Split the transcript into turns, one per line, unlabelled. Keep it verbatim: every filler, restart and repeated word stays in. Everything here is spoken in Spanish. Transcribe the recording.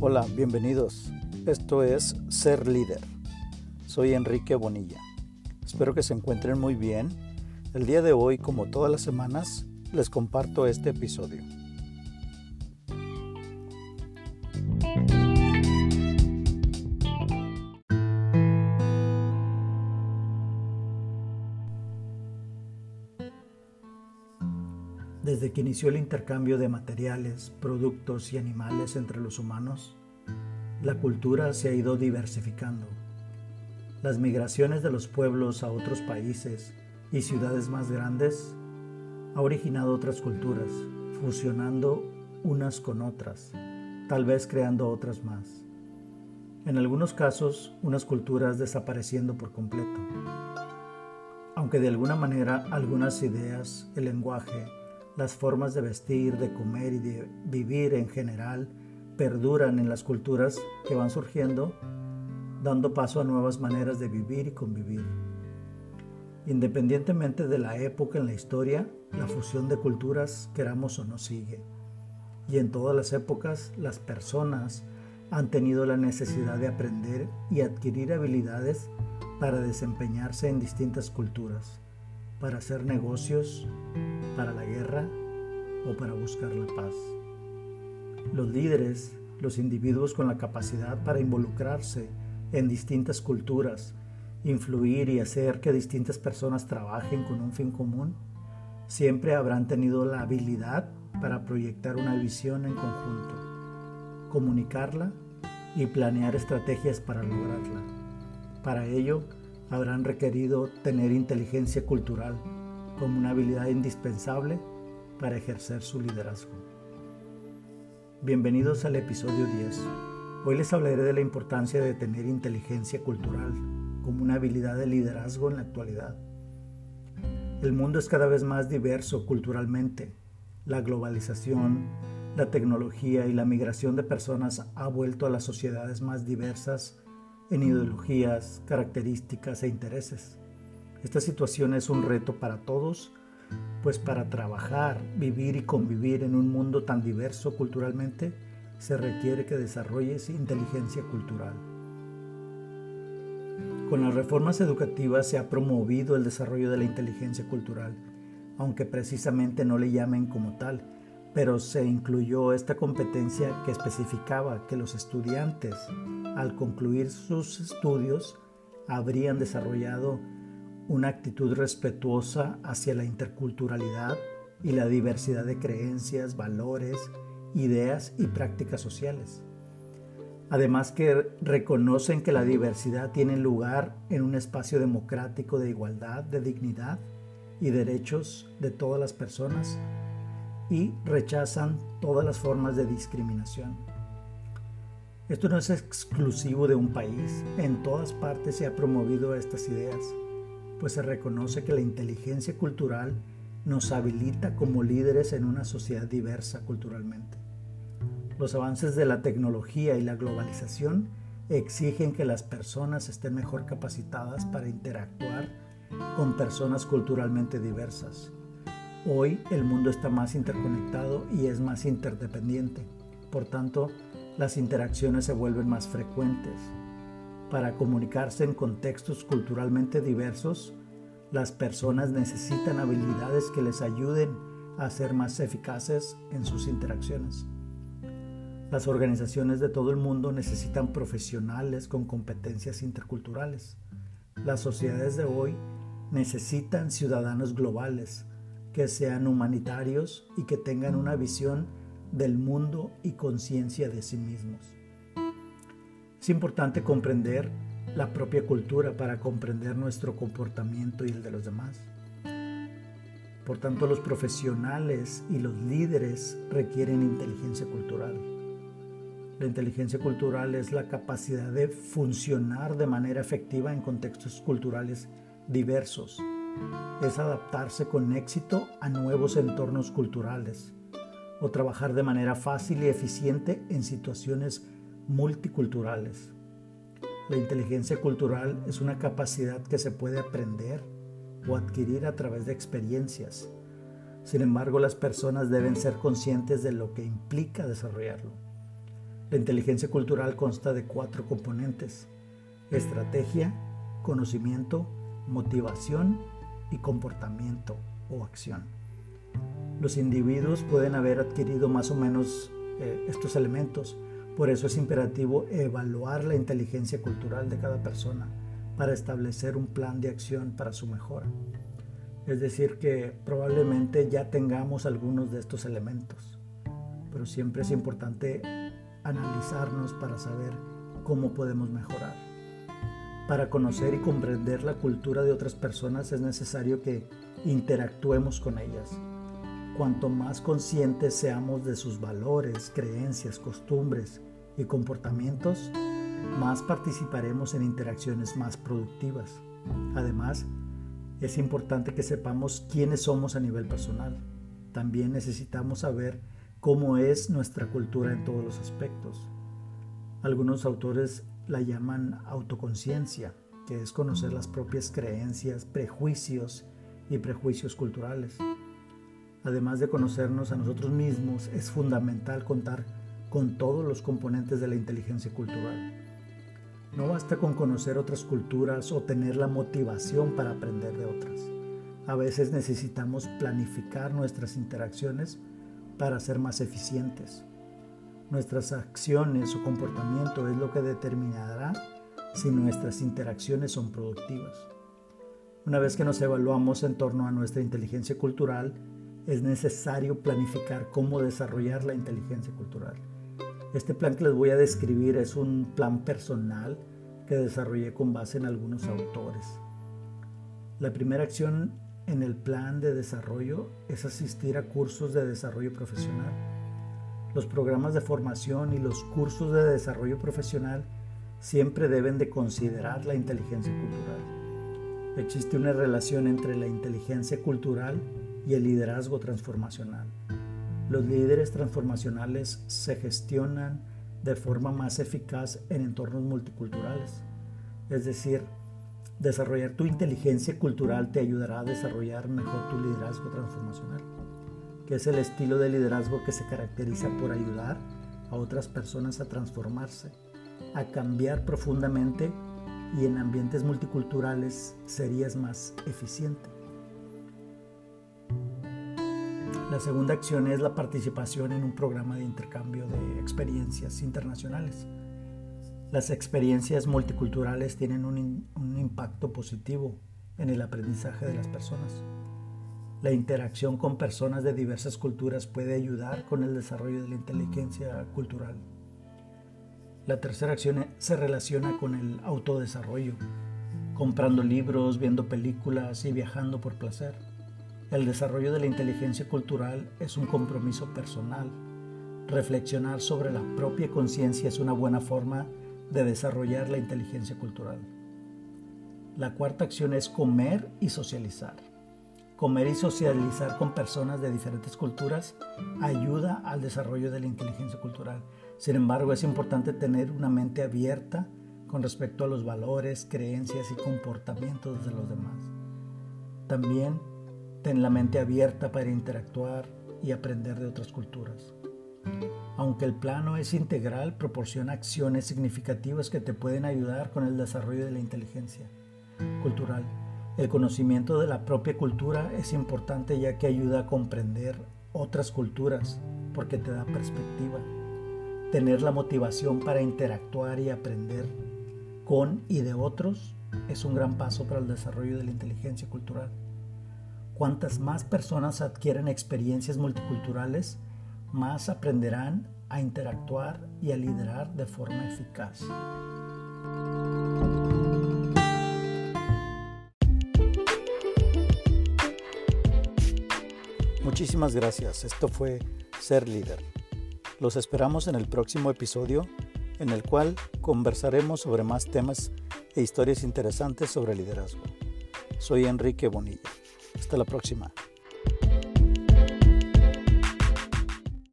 Hola, bienvenidos. Esto es Ser Líder. Soy Enrique Bonilla. Espero que se encuentren muy bien. El día de hoy, como todas las semanas, les comparto este episodio. Desde que inició el intercambio de materiales, productos y animales entre los humanos, la cultura se ha ido diversificando. Las migraciones de los pueblos a otros países y ciudades más grandes ha originado otras culturas, fusionando unas con otras, tal vez creando otras más. En algunos casos, unas culturas desapareciendo por completo. Aunque de alguna manera algunas ideas, el lenguaje, las formas de vestir, de comer y de vivir en general perduran en las culturas que van surgiendo, dando paso a nuevas maneras de vivir y convivir. Independientemente de la época en la historia, la fusión de culturas, queramos o no, sigue. Y en todas las épocas, las personas han tenido la necesidad de aprender y adquirir habilidades para desempeñarse en distintas culturas, para hacer negocios, para la guerra o para buscar la paz. Los líderes, los individuos con la capacidad para involucrarse en distintas culturas, influir y hacer que distintas personas trabajen con un fin común, siempre habrán tenido la habilidad para proyectar una visión en conjunto, comunicarla y planear estrategias para lograrla. Para ello, habrán requerido tener inteligencia cultural como una habilidad indispensable para ejercer su liderazgo. Bienvenidos al episodio diez. Hoy les hablaré de la importancia de tener inteligencia cultural como una habilidad de liderazgo en la actualidad. El mundo es cada vez más diverso culturalmente. La globalización, la tecnología y la migración de personas ha vuelto a las sociedades más diversas en ideologías, características e intereses. Esta situación es un reto para todos, pues para trabajar, vivir y convivir en un mundo tan diverso culturalmente, se requiere que desarrolles inteligencia cultural. Con las reformas educativas se ha promovido el desarrollo de la inteligencia cultural, aunque precisamente no le llamen como tal, pero se incluyó esta competencia que especificaba que los estudiantes, al concluir sus estudios, habrían desarrollado una actitud respetuosa hacia la interculturalidad y la diversidad de creencias, valores, ideas y prácticas sociales. Además que reconocen que la diversidad tiene lugar en un espacio democrático de igualdad, de dignidad y derechos de todas las personas, y rechazan todas las formas de discriminación. Esto no es exclusivo de un país. En todas partes se ha promovido estas ideas, pues se reconoce que la inteligencia cultural nos habilita como líderes en una sociedad diversa culturalmente. Los avances de la tecnología y la globalización exigen que las personas estén mejor capacitadas para interactuar con personas culturalmente diversas. Hoy el mundo está más interconectado y es más interdependiente. Por tanto, las interacciones se vuelven más frecuentes. Para comunicarse en contextos culturalmente diversos, las personas necesitan habilidades que les ayuden a ser más eficaces en sus interacciones. Las organizaciones de todo el mundo necesitan profesionales con competencias interculturales. Las sociedades de hoy necesitan ciudadanos globales que sean humanitarios y que tengan una visión del mundo y conciencia de sí mismos. Es importante comprender la propia cultura para comprender nuestro comportamiento y el de los demás. Por tanto, los profesionales y los líderes requieren inteligencia cultural. La inteligencia cultural es la capacidad de funcionar de manera efectiva en contextos culturales diversos. Es adaptarse con éxito a nuevos entornos culturales o trabajar de manera fácil y eficiente en situaciones multiculturales. La inteligencia cultural es una capacidad que se puede aprender o adquirir a través de experiencias. Sin embargo, las personas deben ser conscientes de lo que implica desarrollarlo. La inteligencia cultural consta de cuatro componentes: estrategia, conocimiento, motivación y comportamiento o acción. Los individuos pueden haber adquirido más o menos eh, estos elementos, por eso es imperativo evaluar la inteligencia cultural de cada persona para establecer un plan de acción para su mejora. Es decir, que probablemente ya tengamos algunos de estos elementos, pero siempre es importante analizarnos para saber cómo podemos mejorar. Para conocer y comprender la cultura de otras personas es necesario que interactuemos con ellas. Cuanto más conscientes seamos de sus valores, creencias, costumbres y comportamientos, más participaremos en interacciones más productivas. Además, es importante que sepamos quiénes somos a nivel personal. También necesitamos saber cómo es nuestra cultura en todos los aspectos. Algunos autores la llaman autoconciencia, que es conocer las propias creencias, prejuicios y prejuicios culturales. Además de conocernos a nosotros mismos, es fundamental contar con todos los componentes de la inteligencia cultural. No basta con conocer otras culturas o tener la motivación para aprender de otras. A veces necesitamos planificar nuestras interacciones para ser más eficientes. Nuestras acciones o comportamiento es lo que determinará si nuestras interacciones son productivas. Una vez que nos evaluamos en torno a nuestra inteligencia cultural, es necesario planificar cómo desarrollar la inteligencia cultural. Este plan que les voy a describir es un plan personal que desarrollé con base en algunos autores. La primera acción en el plan de desarrollo es asistir a cursos de desarrollo profesional. Los programas de formación y los cursos de desarrollo profesional siempre deben de considerar la inteligencia cultural. Existe una relación entre la inteligencia cultural y el liderazgo transformacional. Los líderes transformacionales se gestionan de forma más eficaz en entornos multiculturales. Es decir, desarrollar tu inteligencia cultural te ayudará a desarrollar mejor tu liderazgo transformacional, que es el estilo de liderazgo que se caracteriza por ayudar a otras personas a transformarse, a cambiar profundamente, y en ambientes multiculturales serías más eficiente. La segunda acción es la participación en un programa de intercambio de experiencias internacionales. Las experiencias multiculturales tienen un, in, un impacto positivo en el aprendizaje de las personas. La interacción con personas de diversas culturas puede ayudar con el desarrollo de la inteligencia cultural. La tercera acción se relaciona con el autodesarrollo, comprando libros, viendo películas y viajando por placer. El desarrollo de la inteligencia cultural es un compromiso personal. Reflexionar sobre la propia conciencia es una buena forma de desarrollar la inteligencia cultural. La cuarta acción es comer y socializar. Comer y socializar con personas de diferentes culturas ayuda al desarrollo de la inteligencia cultural. Sin embargo, es importante tener una mente abierta con respecto a los valores, creencias y comportamientos de los demás. También ten la mente abierta para interactuar y aprender de otras culturas. Aunque el plano es integral, proporciona acciones significativas que te pueden ayudar con el desarrollo de la inteligencia cultural. El conocimiento de la propia cultura es importante, ya que ayuda a comprender otras culturas porque te da perspectiva. Tener la motivación para interactuar y aprender con y de otros es un gran paso para el desarrollo de la inteligencia cultural. Cuantas más personas adquieren experiencias multiculturales, más aprenderán a interactuar y a liderar de forma eficaz. Muchísimas gracias. Esto fue Ser Líder. Los esperamos en el próximo episodio, en el cual conversaremos sobre más temas e historias interesantes sobre liderazgo. Soy Enrique Bonilla. Hasta la próxima.